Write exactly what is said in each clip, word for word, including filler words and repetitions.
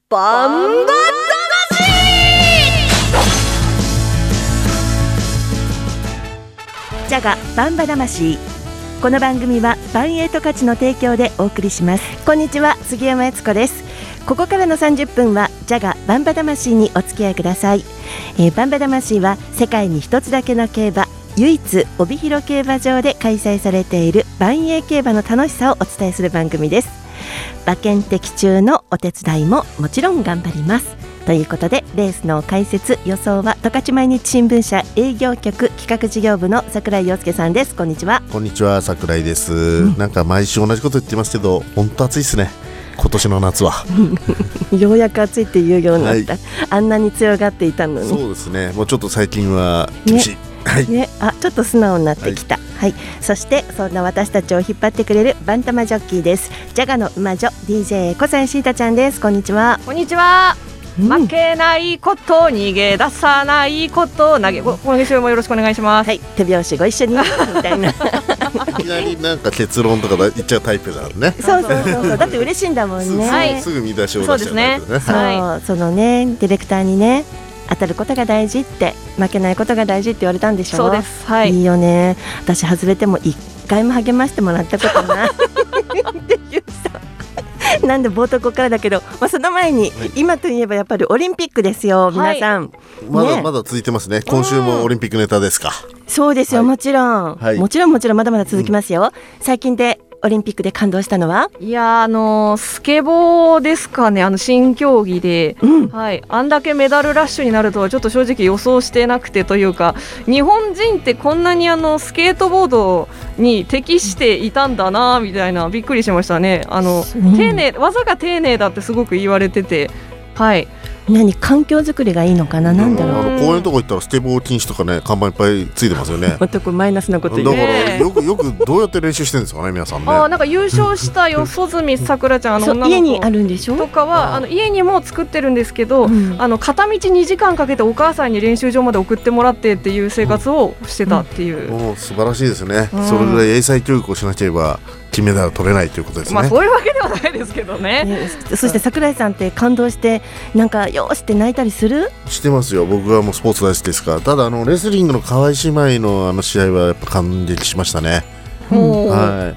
バンバ魂。 ジャガバンバ魂。この番組はバンエイト価値の提供でお送りします。こんにちは、杉山悦子です。ここからのさんじゅっぷんはジャガバンバ魂にお付き合いください。えー、バンバ魂は世界に一つだけの競馬、唯一帯広競馬場で開催されている万栄競馬の楽しさをお伝えする番組です。馬券的中のお手伝いももちろん頑張りますということで、レースの解説予想は十勝毎日新聞社営業局企画事業部の櫻井陽介さんです。こんにちは。 こんにちは、櫻井です、 うん、 なんか毎週同じこと言ってますけど本当暑いですね、今年の夏はようやく暑いっていうようになった、 はい、 あんなに強がっていたのに。 そうですね、もうちょっと最近は厳しい、ねはいね、あちょっと素直になってきた、はいはい、そしてそんな私たちを引っ張ってくれるバンタマジョッキーです。ジャガの馬女 ディージェー 小西シータちゃんです。こんにちは。 こんにちは、 うん、 負けないこと、逃げ出さないこと、投げここの週もよろしくお願いします。 はい、手拍子ご一緒にみたいないきなりなんか結論とか言っちゃうタイプだね。 そうそうそうそう、だって嬉しいんだもんね。 はい、すぐ見出しを出しちゃうタイプね。 そう、はい、そのねディレクターにね、当たることが大事って、負けないことが大事って言われたんでしょ。 そうです、はい、 いいよね。私外れても一回も励ましてもらったことないっていうさなんで冒頭ここからだけど、まあ、その前に、はい、今といえばやっぱりオリンピックですよ、皆さん、はい、 まだまだ続いてますね。今週もオリンピックネタですか。 そうですよ、はい、もちろん、はい、もちろんもちろんまだまだ続きますよ、うん、最近でオリンピックで感動したのは、 いやあのスケボーですかね。あの新競技で、うんはい、あんだけメダルラッシュになるとはちょっと正直予想してなくて、というか日本人ってこんなにあのスケートボードに適していたんだなみたいな、びっくりしましたね。あの、うん、丁寧、技が丁寧だってすごく言われてて、はい何環境づくりがいいのかな、なんだろう、 あの公園とか行ったらスケボー禁止とかね、看板いっぱいついてますよね。 全くマイナスなこと言う、 だからよくよくどうやって練習してるんですかね、皆さんね。 あ、なんか優勝した四十住さくらちゃん、あの女の子家にあるんでしょとかは、あの家にも作ってるんですけど、うん、あの片道にじかんかけてお母さんに練習場まで送ってもらってっていう生活をしてたっていう、 うんうん、もう素晴らしいですね、うん、それぐらい英才教育をしなければ金メダル取れないということですね。 まあそういうわけではないですけど ね, ねそして櫻井さんって感動してなんかよーしって泣いたりする？ してますよ。僕はもうスポーツ大好きですから。ただあのレスリングの河合姉妹のあの試合はやっぱ感激しましたね、うん、はい、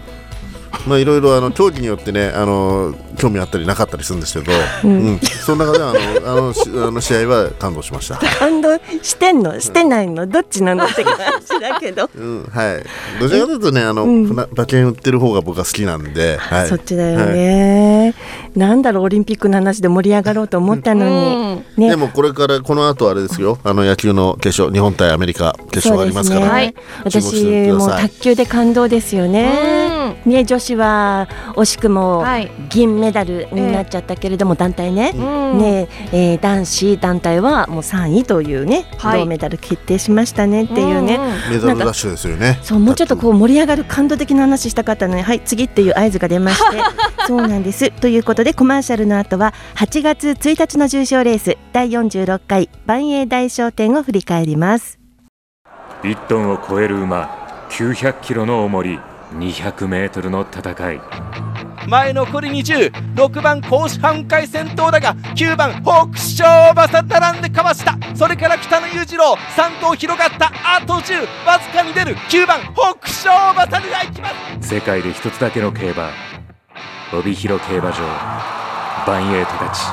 まあいろいろあの競技によってね、あの興味あったりなかったりするんですけど、うんうん、その中であのあのあの試合は感動しました。 感動してんのしてないのどっちなのって感じだけど、 うん、はい、どちらかというとね、あの、うん、馬券売ってる方が僕は好きなんで、はい、 そっちだよね、はい、なんだろう、オリンピックの話で盛り上がろうと思ったのに、うんね、 でもこれからこの後あれですよ、あの野球の決勝、日本対アメリカ決勝がありますから、 ね、はい、私も卓球で感動ですよね、うん、ね、女子は惜しくも銀メダルになっちゃったけれども、えー、団体ね、うんねえー、男子団体はもうさんいというね、はい、銅メダル決定しましたねっていうね、 メダルラッシュですよね。 そう、もうちょっとこう盛り上がる感動的な話したかったのに、はい次っていう合図が出ましてそうなんですということで、コマーシャルの後ははちがつついたちの重賞レースだいよんじゅうろっかい万栄大賞典を振り返ります。 いちトンを超える馬、きゅうひゃくキロの重り、にひゃくメートルの戦い。 前残りにじゅう、ろくばん甲子半回先頭だが、きゅうばん北勝馬さ並んでかわした。それから北野裕次郎、さん頭広がった。あとじゅう、わずかに出るきゅうばん北勝馬さにがいきます。 世界で一つだけの競馬、帯広競馬場、万栄十勝。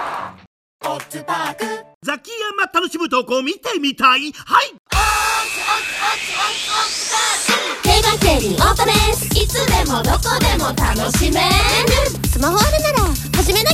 ザキヤマ楽しむ投稿見てみたい。はい、 競馬競輪オートレース、いつでもどこでも楽しめる。スマホあるなら始めなきゃ。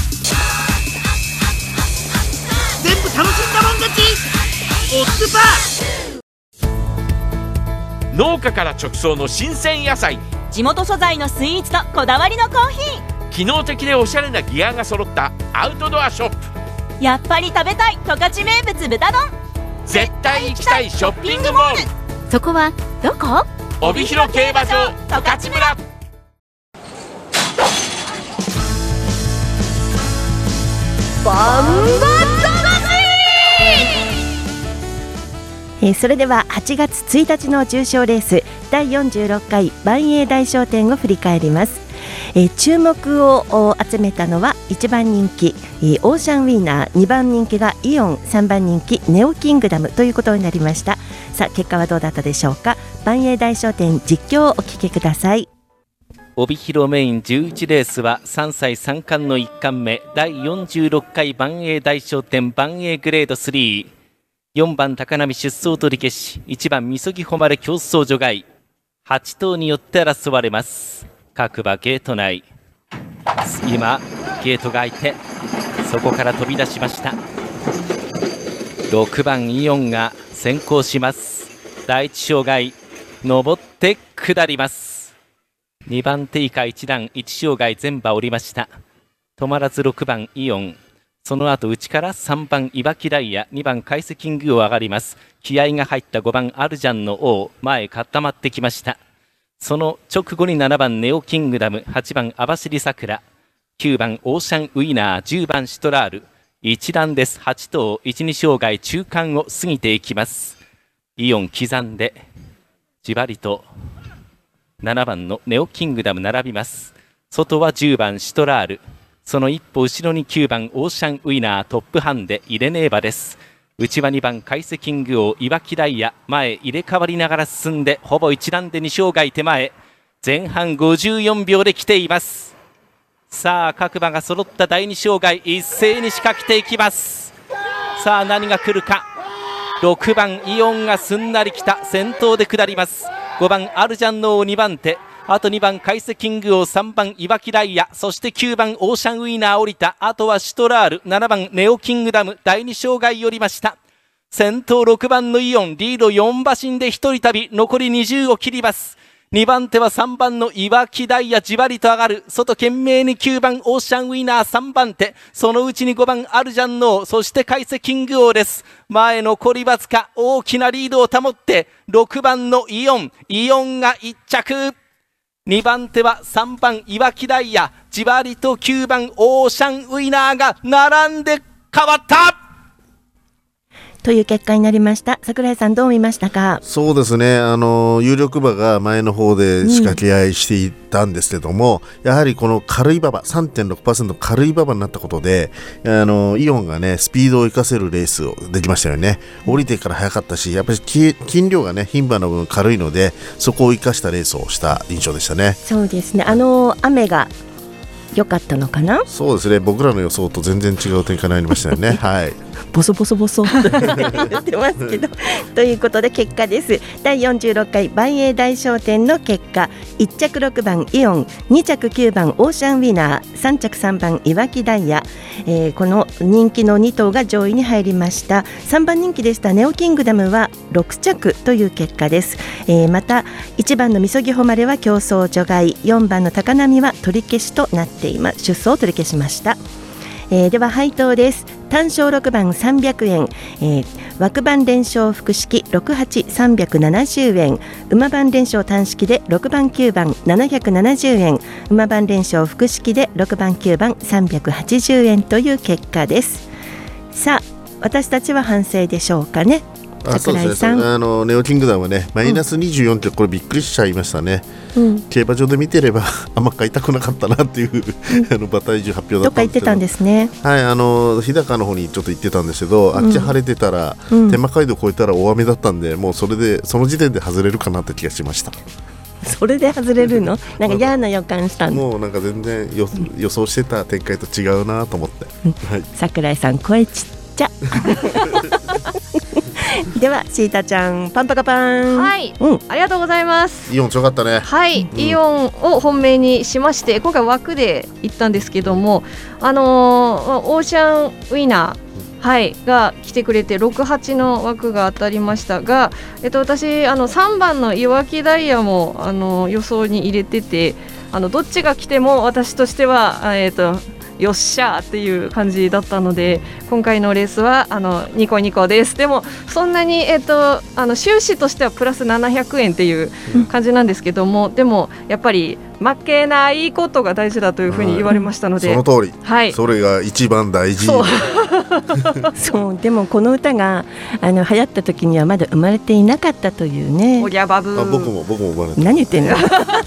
全部楽しんだもん勝ち。オッズパー。農家から直送の新鮮野菜、 地元素材のスイーツとこだわりのコーヒー、 機能的でおしゃれなギアが揃ったアウトドアショップ。 やっぱり食べたい十勝名物豚丼。 絶対行きたいショッピングモール。 そこはどこ？ 帯広競馬場十勝村。 バンバえー、それでははちがつついたちの重賞レースだいよんじゅうろっかい万栄大賞典を振り返ります。 えー、注目を集めたのはいちばん人気、えー、オーシャンウィーナー、にばん人気がイオン、さんばん人気ネオキングダムということになりました。さあ結果はどうだったでしょうか。万栄大商店実況をお聞きください。 帯広メインじゅういちレースはさんさいさん冠のいっ冠目、だいよんじゅうろっかい万栄大商店万栄グレードスリー、よんばん高波出走取り消し、いちばんみそぎ誉れ競争除外、はち頭によって争われます。各馬ゲート内、今ゲートが開いてそこから飛び出しました。ろくばんイオンが先行します。だいいち障害上って下ります。にばん手以下いち段いち障害全馬降りました。止まらずろくばんイオン、その後内からさんばんいわきダイヤ、にばんカイセキングを上がります。気合が入ったごばんアルジャンの王、前固まってきました。その直後にななばんネオキングダム、はちばん網走さくら、きゅうばんオーシャンウィナー、じゅうばんシトラール、一段です。はち頭いちに障害中間を過ぎていきます。イオン刻んでじわりとななばんのネオキングダム並びます。外はじゅうばんシトラール、その一歩後ろにきゅうばんオーシャンウィナー、トップハンデイレネーバです。内はにばんカイセキング王、いわきダイヤ、前入れ替わりながら進んでほぼ一段でに障害手前、前半ごじゅうよんびょうで来ています。さあ各馬が揃っただいに障害、一斉に仕掛けていきます。さあ何が来るか。ろくばんイオンがすんなり来た、先頭で下ります。ごばんアルジャンの王にばん手、あとにばんカイセキング王、さんばんいわきダイヤ、そしてきゅうばんオーシャンウィーナー降りた。あとはシトラール、ななばんネオキングダム、だいに障害寄りました。先頭ろくばんのイオン、リードよん馬身で一人旅、残りにじゅうを切ります。にばん手はさんばんのいわきダイヤ、じわりと上がる。外懸命にきゅうばんオーシャンウィナー、さんばん手、そのうちにごばんアルジャンノー、そしてカイセキング王です。前残りわずか、大きなリードを保ってろくばんのイオン、イオンがいっ着。にばん手はさんばんいわきダイヤ、じわりときゅうばんオーシャンウィナーが並んで変わったという結果になりました。櫻井さんどう見ましたか。 そうですね、あの有力馬が前の方で仕掛け合いしていたんですけども、うん、やはりこの軽い馬場 さんてんろくパーセント 軽い馬場になったことで、あのイオンがねスピードを生かせるレースをできましたよね。降りてから速かったし、やっぱり筋量がね牝馬の分軽いので、そこを生かしたレースをした印象でしたね。 そうですね、あの雨が良かったのかな。 そうですね、僕らの予想と全然違う展開になりましたよね。はいボソボソボソって言ってますけどということで結果です。だいよんじゅうろっかい万栄大商店の結果、いち着ろくばんイオン、に着きゅうばんオーシャンウィナー、さん着さんばんいわきダイヤ、えー、この人気のに頭が上位に入りました。さんばん人気でしたネオキングダムはろく着という結果です。えー、またいちばんのみそぎ誉れは競争除外、よんばんの高波は取り消しとなっています。出走を取り消しました。えー、では配当です。単勝ろくばんさんびゃくえん、えー、枠番連勝複式ろくはちさんびゃくななじゅうえん、馬番連勝単式でろくばんきゅうばんななひゃくななじゅうえん、馬番連勝複式でろくばんきゅうばんさんびゃくはちじゅうえんという結果です。さあ私たちは反省でしょうかね。 あ、そうですね、あのネオキングダムはねマイナスにじゅうよんってこれびっくりしちゃいましたね。うん、競馬場で見てればあんま買いたくなかったなっていう、うん、あの馬体重発表だったんですけど、どっか行ってたんですね。はい、あの日高の方にちょっと行ってたんですけど、あっち晴れてたら、うん、天満街道越えたら大雨だったんで、もうそれでその時点で外れるかなって気がしました。 それで外れるのなんか嫌な予感したんだ。 もうなんか全然予、予想してた展開と違うなと思って、うんはい、 櫻井さん声ちっちゃではシータちゃんパンパカパン。 はい、うん、ありがとうございます。 イオン強かったね。 はい、うん、イオンを本命にしまして、今回枠で行ったんですけども、あのー、オーシャンウィナー、はい、が来てくれてろくはちの枠が当たりましたが、えっと、私あのさんばんのいわきダイヤもあの予想に入れてて、あのどっちが来ても私としては、えっとよっしゃーっていう感じだったので、今回のレースはあのニコニコです。でもそんなに、えっと、あの収支としてはプラスななひゃくえんっていう感じなんですけども、うん、でもやっぱり負けないことが大事だというふうに言われましたので、 うん、その通り、はい、それが一番大事。 そうそうでもこの歌があの流行った時にはまだ生まれていなかったというね。 おりゃバブー。 あ、僕も僕も生まれて。 何言ってんの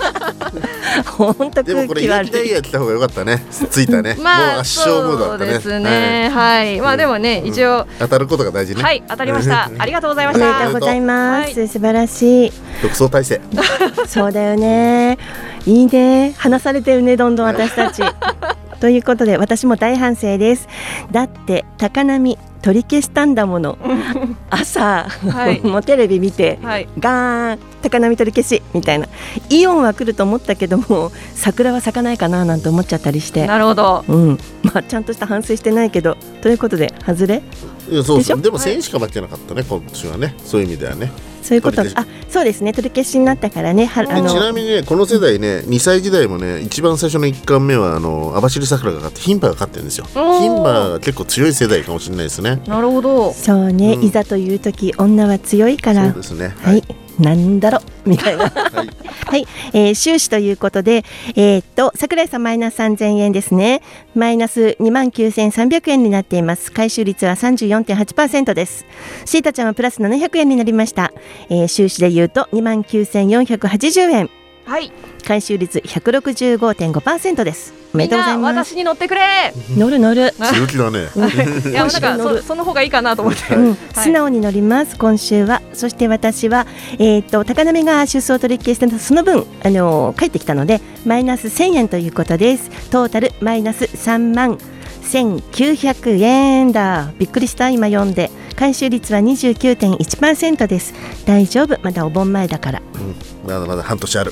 本当でもこれやりたいやった方が良かったね。ついたね。 まあ、 もう圧勝ムードだったね。 そうですね。はい。はい、まあでもね、うん、一応当たることが大事ね。 はい、当たりました。ありがとうございました。 ありがとうございます。はい、素晴らしい。 独走体制。 そうだよね。いいね。話されてるね、どんどん私たち。ということで私も大反省です。だって高波取り消したんだもの。朝、はい、もうテレビ見て、はい、ガーン高波取り消しみたいな。イオンは来ると思ったけども桜は咲かないかななんて思っちゃったりして。 なるほど、 うん、まあ、ちゃんとした反省してないけどということで外れ。 いやそうそう。でも選手しか負けなかったね、今年はね。そういう意味ではね。 そういうこと。あ、そうですね。取り消しになったからね。はあのちなみにね、この世代ね、にさい時代もね、一番最初のいっかんめはあの網走桜が勝って牝馬が勝ってるんですよ。牝馬が結構強い世代かもしれないですね。 なるほど。 そうね、うん、いざという時女は強いから。 そうですね。 はい。はい、なんだろみたいな。はい、はい、えー、収支ということで、えー、っと櫻井さんマイナスさんぜんえんですね。マイナス にまんきゅうせんさんびゃくえんになっています。回収率は さんじゅうよんてんはちパーセント です。シータちゃんはプラスななひゃくえんになりました。えー、収支でいうと にまんきゅうせんよんひゃくはちじゅうえん。 はい、 回収率 ひゃくろくじゅうごてんごパーセント です。おめでとうございます。 私に乗ってくれ。 乗る乗る。 強気だね。 いや、なんか そ, その方がいいかなと思って、 うん、素直に乗ります今週は。そして私は、えー、と高波が出走取り消してその分、あのー、帰ってきたのでマイナスせんえんということです。トータルマイナスさんまんせんきゅうひゃくえんだ。びっくりした。今読んで回収率は にじゅうきゅうてんいちパーセント です。大丈夫、まだお盆前だから、 うん、まだまだ半年ある。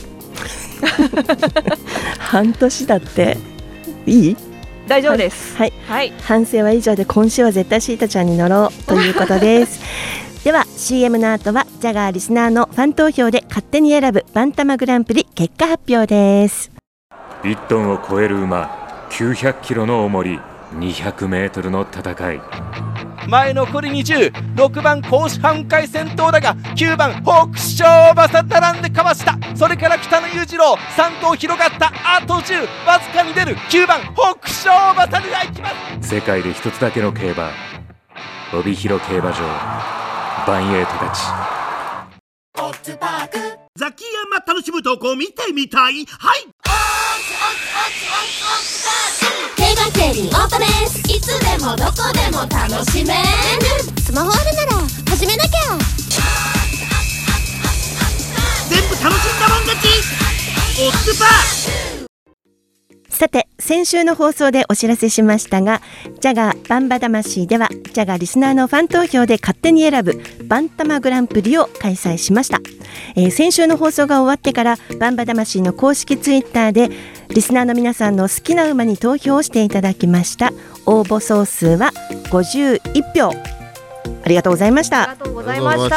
半年だっていい？ 大丈夫です。 はい、 はい、 反省は以上で今週は絶対シータちゃんに乗ろうということです。では シーエム の後はジャガーリスナーのファン投票で勝手に選ぶバンタマグランプリ結果発表です。 いちトンを超える馬、きゅうひゃくキロの重り、にひゃくメートルの戦い。 前残りにじゅう、ろくばん甲子半回先頭だがきゅうばん北勝馬さ並んでかわした。それから北野裕次郎さん頭広がった。あとじゅう、わずかに出るきゅうばん北勝馬さでいきます。 世界で一つだけの競馬、帯広競馬場バンエイトたち。 ザキヤマ楽しむ投稿見てみたい。はい、 競馬競輪オートレース、いつでもどこでも楽しめる。スマホあるなら始めなきゃ。 全部楽しんだもん勝ち。オッズパー。 さて先週の放送でお知らせしましたが、ジャガーバンバ魂ではジャガーリスナーのファン投票で勝手に選ぶバンタマグランプリを開催しました。えー、先週の放送が終わってからバンバ魂の公式ツイッターでリスナーの皆さんの好きな馬に投票をしていただきました。応募総数はごじゅういち票。ありがとうございました。 ありがとうございました。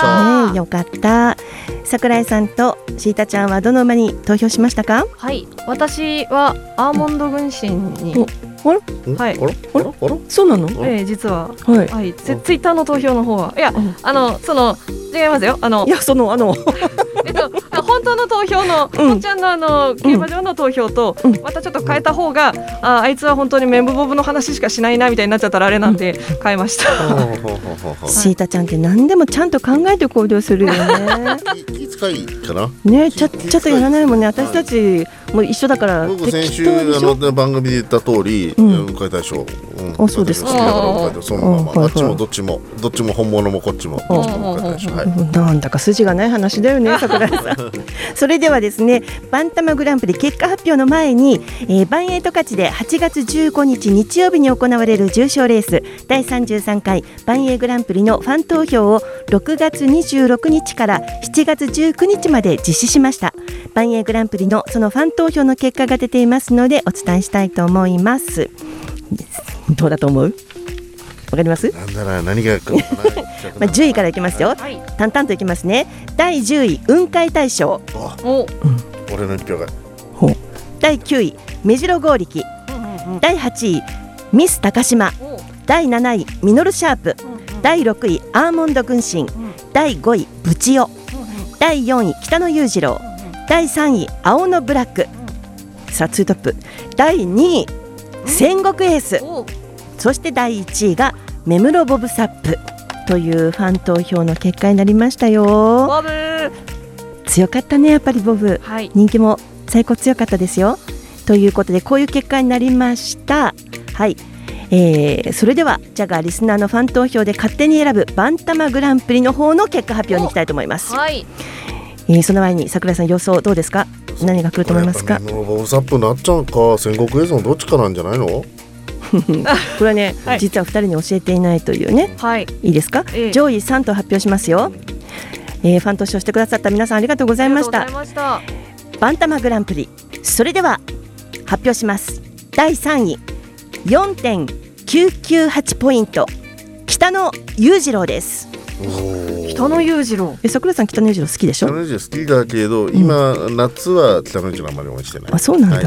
ね、よかった。櫻井さんとシータちゃんはどの馬に投票しましたか？ はい、私はアーモンド軍神に。 あれ、 はい、 あらあらあら、そうなの？ えー、実は、 はい、 はい、ツイッターの投票の方は、いや、あの、その、違いますよ。あの、 いや、その、あの、 えっと、本当の投票の、こんちゃんのあの、競馬場の投票と、またちょっと変えた方が、あ、あいつは本当にメンブボブの話しかしないなみたいになっちゃったらあれなんで、変えました。 シータちゃんって何でもちゃんと考えて行動するよね。 気遣いかな。 ね、ちゃっちゃとやらないもんね。私たちも一緒だから。 僕先週あの番組で言った通り、変えたでしょ。 あ、そうですか。 そのまま、どっちもどっちもどっちも本物もこっちもどっちも変えたでしょ。 なんだか筋がない話だよね、櫻井さん。それではですね、バンタマグランプリ結果発表の前に、えー、バンエイト勝ちではちがつじゅうごにち日曜日に行われる重賞レースだいさんじゅうさんかいバンエイグランプリのファン投票をろくがつにじゅうろくにちからしちがつじゅうくにちまで実施しました。バンエイグランプリのそのファン投票の結果が出ていますのでお伝えしたいと思います。どうだと思う？わかります？ なんだろう、何が来るのかな。 まあじゅういからいきますよ。はい、淡々といきますね。だいじゅうい雲海大賞。 お、うん、俺の一票が。 だいきゅうい目白剛力。うんうん、だいはちいミス高島。だいなないミノルシャープ。うんうん、だいろくいアーモンド軍神。うん、だいごいブチヨ。うん、だいよんい北野裕次郎。うん、だいさんい青のブラック。うん、さあツートップ。だいにい戦国エース。うん、そしてだいいちいが目室ボブサップというファン投票の結果になりましたよ。 ボブ強かったね、やっぱりボブ、はい、人気も最高強かったですよ。ということでこういう結果になりました。はい、えー、それではジャガーリスナーのファン投票で勝手に選ぶバンタマグランプリの方の結果発表に行きたいと思います。 はい、 えー、その前に桜井さん予想どうですか。何が来ると思いますか。 ボブサップなっちゃうか戦国映像のどっちかなんじゃないのこれはね、はい、実はふたりに教えていないというね、はい、いいですか、ええ、上位さんと発表しますよ。えー、ファン投票してくださった皆さんありがとうございました。バンタマグランプリ、それでは発表します。だいさんい よんてんきゅうきゅうはち ポイント、北野裕次郎です。 北野裕次郎、 え桜井さん北野裕次郎好きでしょ。 北野裕次郎好きだけど、うん、今夏は北野裕次郎あまり応援してない。 あ、そうなんだ、はい、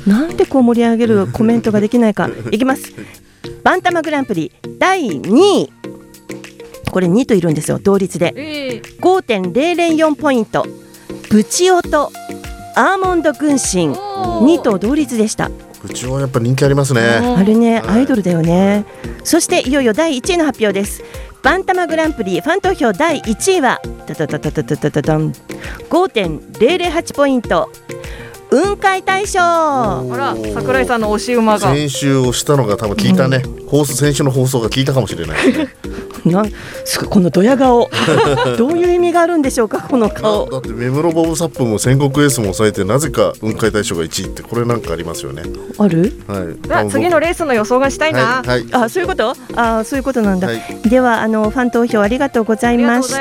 なんでこう盛り上げるコメントができないかいきます。バンタマグランプリだいにい、これにといるんですよ、同率で、えー、ごてんぜろぜろよん ポイント、ブチオとアーモンド軍神にと同率でした。 ブチオはやっぱ人気ありますね。 あれね、アイドルだよね。そしていよいよだいいちいの発表です。バンタマグランプリファン投票だいいちいはタタタタタタタタタン ごてんぜろぜろはち ポイント、雲海大賞。 あら、桜井さんの推し馬が先週をしたのが多分聞いたね、うん、放送先週の放送が聞いたかもしれないですねなんすごいこのドヤ顔どういう意味があるんでしょうかこの顔。 だってメムロボブサップも戦国エースも抑えてなぜか雲海大賞がいちいってこれなんかありますよね。 ある、 はい、 次のレースの予想がしたいな、 はいはい、 あそういうことあそういうことなんだ、はい、ではあのファン投票ありがとうございました。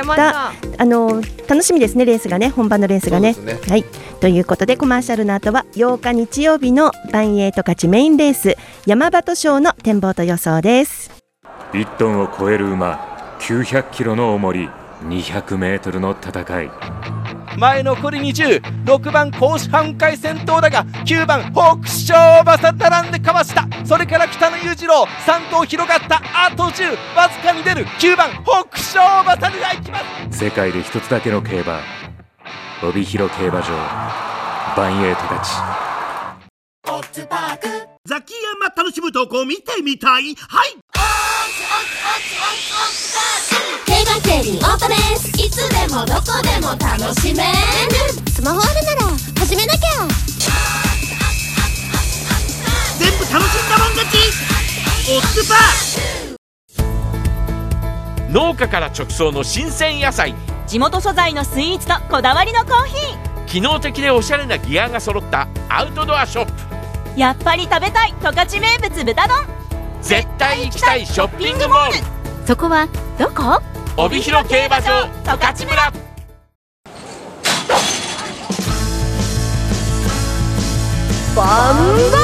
あの楽しみですねレースがね、本番のレースが ね, ね、はい、ということでコマーシャルの後はようか日曜日のバンエイト勝ちメインレース山端賞の展望と予想です。 いちトンを超える馬、きゅうひゃくキロの重り、にひゃくメートルの戦い。 前残りにじゅう、ろくばん甲子半回先頭だがきゅうばん北勝馬さ並んでかわした。それから北野裕次郎さん頭広がった。あとじゅう、わずかに出るきゅうばん北勝馬さがいきます。 世界で一つだけの競馬、帯広競馬場バンエイト勝ち。 オッズパークザキヤマ楽しむとこ見てみたい。はい、 競馬競輪オートレース、いつでもどこでも楽しめる。スマホあるなら始めなきゃ。 全部楽しんだもん勝ち。オッズパー。 農家から直送の新鮮野菜、 地元素材のスイーツとこだわりのコーヒー、 機能的でおしゃれなギアが揃ったアウトドアショップ。 やっぱり食べたい十勝名物豚丼。 絶対行きたいショッピングモール。 そこはどこ？ 帯広競馬場十勝村。 バンバ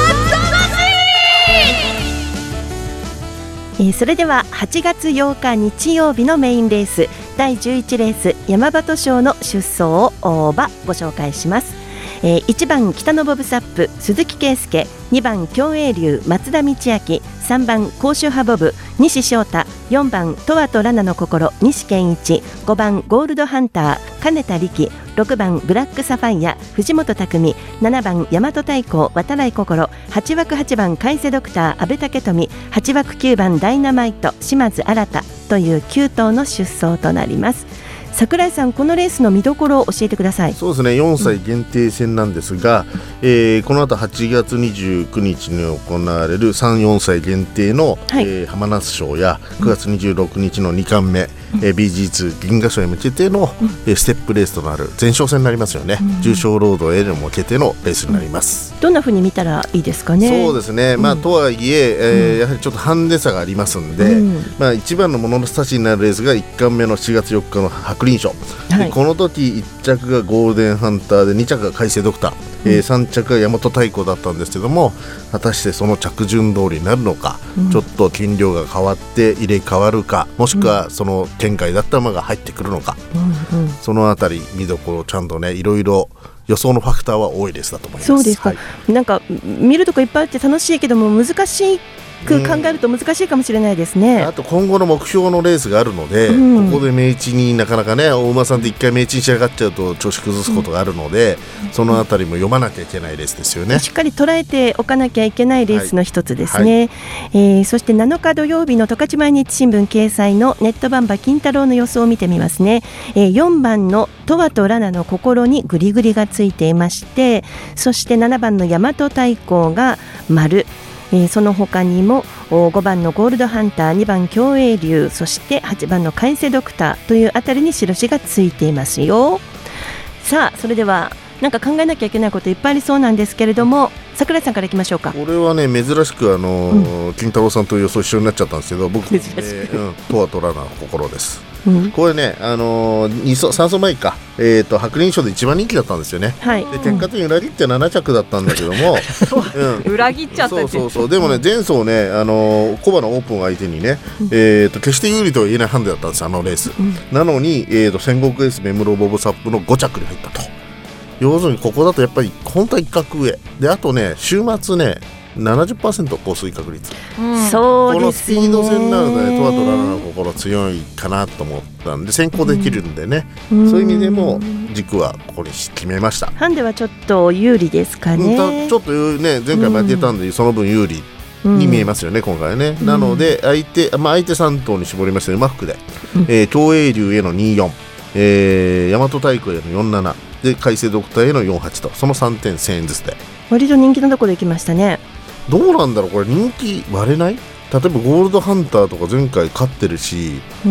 えー、それでははちがつようか日曜日のメインレースだいじゅういちレース山端賞の出走馬ご紹介します。えー、いちばん北野ボブサップ鈴木圭介、にばん競泳流松田道明、さんばん甲州派ボブ西翔太、よんばんトワとラナの心西健一、ごばんゴールドハンター金田力、ろくばんブラックサファイア藤本匠、ななばん大和太鼓渡来心、はちわくはちばん海瀬ドクター阿部武富、はちわくきゅうばんダイナマイト島津新というきゅう頭の出走となります。桜井さん、このレースの見どころを教えてください。 そうですね、よんさい限定戦なんですが、うんえー、この後はちがつにじゅうくにちに行われるさん、よんさい限定の、はいえー、浜那須賞やくがつにじゅうろくにちのにかんめ、うんえー、ビージーツー 銀河賞へ向けての、うんえー、ステップレースとなる前哨戦になりますよね、うん、重賞ロードへ向けてのレースになります、 うん、どんな風に見たらいいですかね。 そうですね、まあ、とはいええーうん、やはりちょっとハンデ差がありますんで、うんまあ、一番の物差しになるレースがいっかんめのしちがつよっかの白輪賞、はい、この時いっちゃくがゴールデンハンターでにちゃくが海星ドクター、うんえー、さんちゃくが大和太鼓だったんですけども、果たしてその着順通りになるのか、うん、ちょっと斤量が変わって入れ替わるか、もしくはその県外だった馬が入ってくるのか、うんうん、そのあたり見どころちゃんとねいろいろ予想のファクターは多いレースだと思います。 そうですか、 はい、 なんか見るとこいっぱいあって楽しいけども難しいく考えると難しいかもしれないですね。 あと今後の目標のレースがあるので、 うん、 ここで明治になかなかね大馬さんで一回明治に仕上がっちゃうと調子崩すことがあるので、うん、そのあたりも読まなきゃいけないレースですよね。 しっかり捉えておかなきゃいけないレースの一つですね、はいはい、えー、そしてなのか土曜日の十勝毎日新聞掲載のネットバンバ金太郎の予想を見てみますね、えー、よんばんのトワとラナの心にグリグリがついていまして、そしてななばんの大和太鼓が丸、えー、その他にもごばんのゴールドハンター、にばん競泳竜、そしてはちばんの海瀬ドクターというあたりに印がついていますよ。さあそれではなんか考えなきゃいけないこといっぱいありそうなんですけれども、桜井さんからいきましょうか。 これはね珍しくあの、うん、金太郎さんと予想一緒になっちゃったんですけど、僕珍しく、 えーうん、とは取らない心です、 うん、 これね、あのー、に走さん走前か、えー、と白輪賞で一番人気だったんですよね、 はい、 で結果的に裏切ってなな着だったんだけども、 うん、裏切っちゃったってそうそうそう。でもね前走ね、あのー、コバのオープンを相手にね、うん、えー、と決して有利とは言えないハンデだったんですよ、あのレース、うん、なのに、えー、と戦国エースメムロボブサップのご着に入ったと。要するにここだとやっぱり本当は一角上で、あとね週末ね ななじゅっパーセント 降水確率、 うん、そうですね、 このスピード戦になるとねトワとラナの心強いかなと思ったんで先行できるんでね、うん、そういう意味でも軸はここに決めました。 ハンデはちょっと有利ですかね、 うん、ちょっとね前回もやってたんで、うん、その分有利に見えますよね、うん、今回ね、うん、なので相手、まあ、相手さん頭に絞りましたね、馬服で、うん、えー、競泳竜へのにじゅうよん、えー、大和太鼓へのよんじゅうななで海星ドクターへのよんじゅうはちと、そのさんてんせんえんずつで割と人気のところで行きましたね。 どうなんだろうこれ、人気割れない？例えばゴールドハンターとか前回勝ってるし、うん、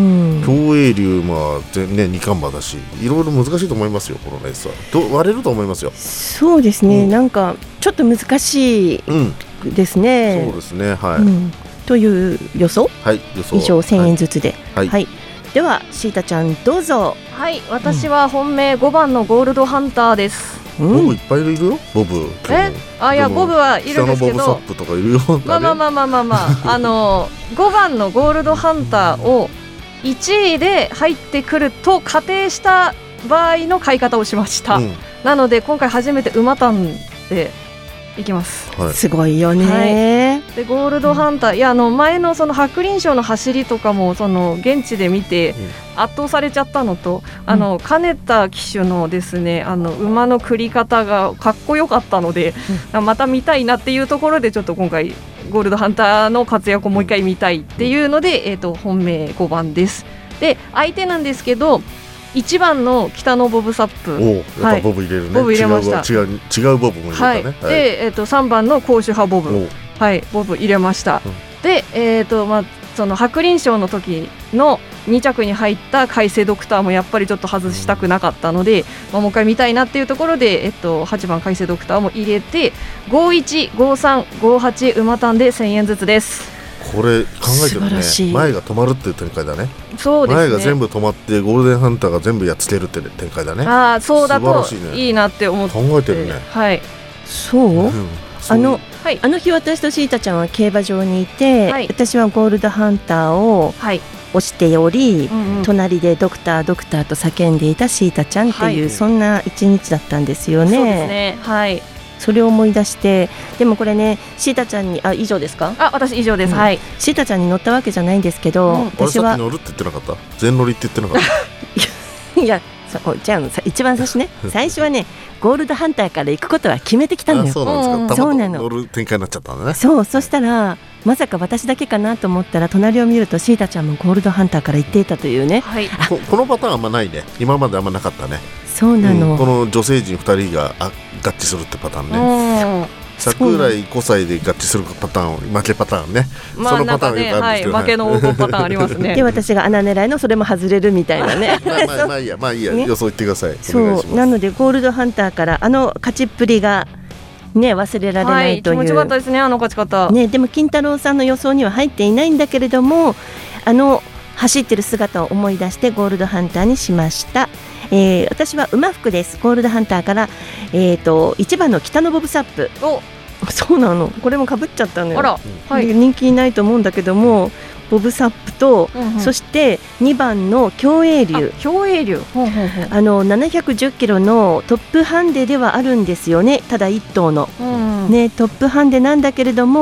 競泳竜はねに冠馬だし、いろいろ難しいと思いますよこのレースは。ど割れると思いますよ。 そうですね、うん、なんかちょっと難しいですね、 うん、そうですね、はい、うん、 という予想、 はい、予想以上せんえんずつで、 はい、はい、 ではシータちゃんどうぞ。 はい、私は本命ごばんのゴールドハンターです。 ボブいっぱいいるよ、ボブ。 え、あ、いやボブはいるんですけど、 ボブサップとかいるよ。 まあまあまあまあまあまああのごばんのゴールドハンターをいちいで入ってくると仮定した場合の買い方をしました、うん、なので今回初めて馬単でいきます、 はい、すごいよね、 はい、でゴールドハンター、いやあの前のその白輪賞の走りとかもその現地で見て圧倒されちゃったのと、うん、あの金田騎手のですね、あの馬の繰り方がかっこよかったので、うん、また見たいなっていうところでちょっと今回ゴールドハンターの活躍をもう一回見たいっていうので、えーと本命ごばんです。で相手なんですけどいちばんの北のボブサップ、 おやっぱボブ入れるね、 はい、ボブ入れました。 違う、違うボブも入れたね、はいはい、 で、えー、とさんばんの高周波ボブ、はい、ボブ入れました、うん、で、えーとまあ、その白輪賞の時のに着に入った海星ドクターもやっぱりちょっと外したくなかったので、まあ、もう一回見たいなっていうところで、えっと、はちばん海星ドクターも入れてごいち、ごさん、ごはち馬単でせんえんずつです。 これ考えてるね、前が止まるっていう展開だね。 そうですね、 前が全部止まってゴールデンハンターが全部やっつけるっていう展開だね。 ああ、そうだといいなって思って考えてるね。 はい、 そう、うん、あの、はい、あの日私とシータちゃんは競馬場にいて、はい、私はゴールドハンターを押しており、はい、うんうん、隣でドクタードクターと叫んでいたシータちゃんっていう、はい、そんな一日だったんですよね。 そうですね、はい、 それを思い出して、でもこれねシータちゃんに、あ、以上ですか？ あ、私以上です、うん、はい。 シータちゃんに乗ったわけじゃないんですけど、うん、 私はさっき乗るって言ってなかった？全乗りって言ってなかったいや、じゃあ一番最初ね最初はねゴールドハンターから行くことは決めてきたのよ。 そうなんですか、うん、そうなの、乗る展開になっちゃったんだね。 そう、そしたらまさか私だけかなと思ったら隣を見るとシータちゃんもゴールドハンターから行っていたというね、 はい、 こ, このパターンあんまないね、今まであんまなかったね。 そうなの、 うん、この女性陣ふたりがあ合致するってパターンね。桜井ごさいで合致するパターン、負けパターンね、 まあ、そのパターンがよくあるんですけど、はい、負けの黄金パターンありますねで私が穴狙いのそれも外れるみたいなねまあまあまあいいや、まあいいや、ね、予想言ってください。 そうなのでゴールドハンターからあの勝ちっぷりがね、忘れられないという、 はい、気持ちよかったですね、あの勝ち方、 ね、でも金太郎さんの予想には入っていないんだけれども、あの走ってる姿を思い出してゴールドハンターにしました。えー、私は馬服です。ゴールドハンターから、えー、といちばんの北のボブサップ。 お、 そうなの、これもかぶっちゃったのよ。 あら、はい、 人気いないと思うんだけどもボブサップと、うんうん、そしてにばんの競泳竜。 競泳竜、ほうほうほう、 あのななひゃくじゅっキロのトップハンデではあるんですよね、ただいっ頭の、うん、ね、トップハンデなんだけれども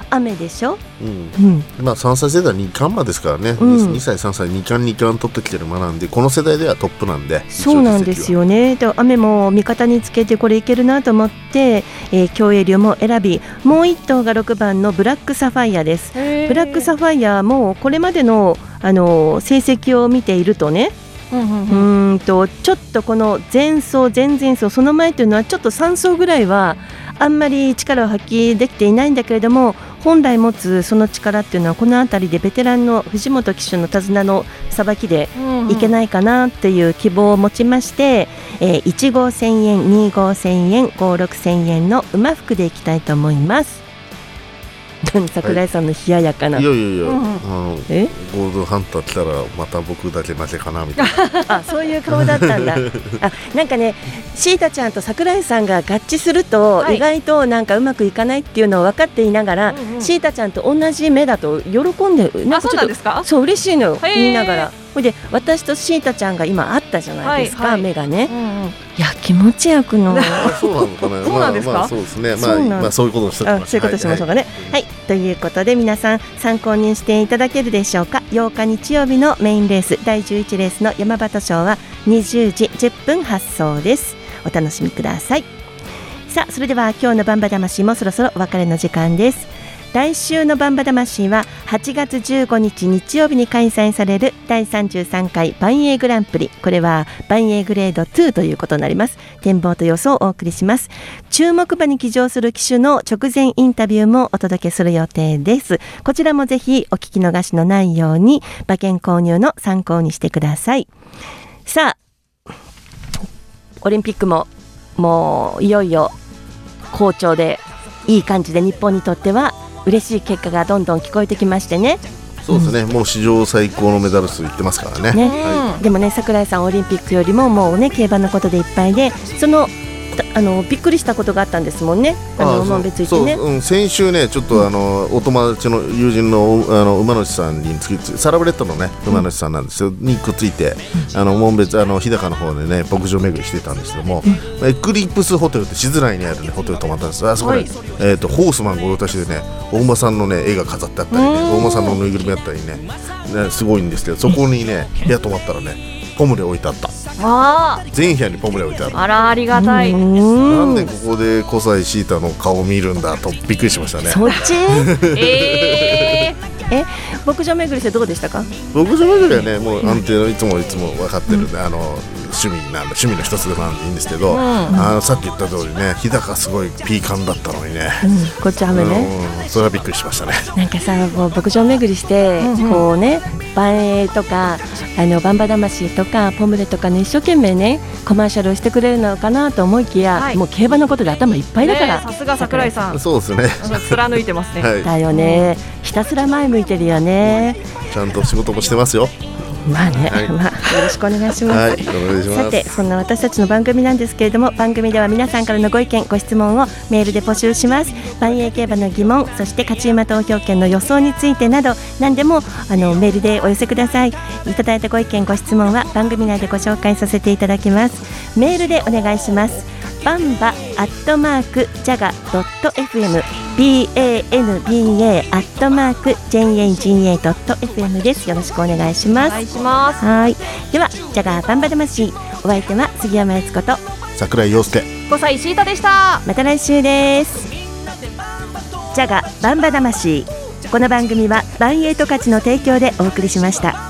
雨でしょ、 うんうんまあ、さんさい世代に冠馬ですからね、うん、にさいさんさいに冠に冠取ってきてる馬なんでこの世代ではトップなんで。 そうなんですよね。で雨も味方につけてこれいけるなと思って、えー、競泳流も選びもういっ頭がろくばんのブラックサファイアです。ブラックサファイアもこれまでの、あのー、成績を見ているとねうんうんうん、うんとちょっとこの前走前々走その前というのはちょっとさん走ぐらいはあんまり力を発揮できていないんだけれども本来持つその力っていうのはこの辺りでベテランの藤本騎手の手綱のさばきでいけないかなっていう希望を持ちまして、うんうんえー、いち号せんえんに号せんえんごろくせんえんの馬服でいきたいと思います。桜井さんの冷ややかな、 はい、いやいやいや、うん、あのえゴールドハンター来たらまた僕だけ負けかなみたいなあそういう顔だったんだあなんかねシータちゃんと桜井さんが合致すると、はい、意外となんかうまくいかないっていうのを分かっていながら、うんうん、シータちゃんと同じ目だと喜んでなんかちょっとそうなんですかそう嬉しいのよ言いながらで私とシータちゃんが今会ったじゃないですか、はいはい、目がね、うんうん、いや気持ちよくのそうなのかなそうなんですか、 まあまあ、そうですね、まあ、まあそういうことをしてまそういうことしましょうかね、はい、はい、ということで皆さん参考にしていただけるでしょうか。ようか日曜日のメインレースだいじゅういちレースの山端賞はにじゅうじじゅっぷん発送です。お楽しみください。さあそれでは今日のバンバ魂もそろそろお別れの時間です。来週のバンバ魂ははちがつじゅうごにち日曜日に開催されるだいさんじゅうさんかい万栄グランプリ、これは万栄グレードにということになります。展望と予想をお送りします。注目馬に騎乗する騎手の直前インタビューもお届けする予定です。こちらもぜひお聞き逃しのないように馬券購入の参考にしてください。さあオリンピックももういよいよ好調でいい感じで日本にとっては嬉しい結果がどんどん聞こえてきましてね。 そうですね、うん、もう史上最高のメダル数いってますからね、ね、 はい、でもね櫻井さんオリンピックよりももうね競馬のことでいっぱいでそのあのびっくりしたことがあったんですもんね。あの馬別行ってね、 そう、うん、先週ねちょっとあの、うん、お友達の友人のあの馬主さんにつきサラブレッドのね馬主さんなんですよ、うん、にくっついて、うん、あの門別あの日高の方でね牧場巡りしてたんですけども、うん、エクリプスホテルって静内にある、ね、ホテル泊まったんです。あそこで、はい、えー、とホースマン御用達でね大馬さんの、ね、絵が飾ってあったりね大馬さんのぬいぐるみあったり ね, ねすごいんですけどそこにね部屋泊まったらねポムレ置いてあった。 あ全部屋にポムレ置いてある。 あらありがたい。 なんでここで小西シータの顔を見るんだとびっくりしましたね。 そっちえー、え牧場巡りしてどうでしたか。 牧場巡りはねもう安定のいつもいつも分かってるんで、うん、あの趣味なん趣味の一つでもなんでいいんですけど、うん、あのさっき言った通りね日高すごいピーカンだったのにね、 うん、こっち雨ね、 うん、それはびっくりしましたね。 なんかさもう牧場巡りして、うんうん、こうね万栄とかあのバンバ魂とかポムレとかね一生懸命ねコマーシャルをしてくれるのかなと思いきや、はい、もう競馬のことで頭いっぱいだから、 さすが桜井さん。 そうですね貫いてますね、はい、 だよね、ひたすら前向いてるよね、 うん、ちゃんと仕事もしてますよ。 まあね、はい、まあ、よろしくお願いします、はい、お願いします。さてそんな私たちの番組なんですけれども番組では皆さんからのご意見ご質問をメールで募集します。万栄競馬の疑問そして勝ち馬投票権の予想についてなど何でもあのメールでお寄せください。いただいたご意見ご質問は番組内でご紹介させていただきます。メールでお願いします。バンバアットマークジャガドット エフエム バンバアットマーク ジェイエージェーエー ドット エフエム です。よろしくお願いします。 お願いします。 はい、ではジャガバンバ魂お相手は杉山悦子と桜井陽介小西シータでした。 また来週です。ジャガバンバ魂この番組はバンエイト価値の提供でお送りしました。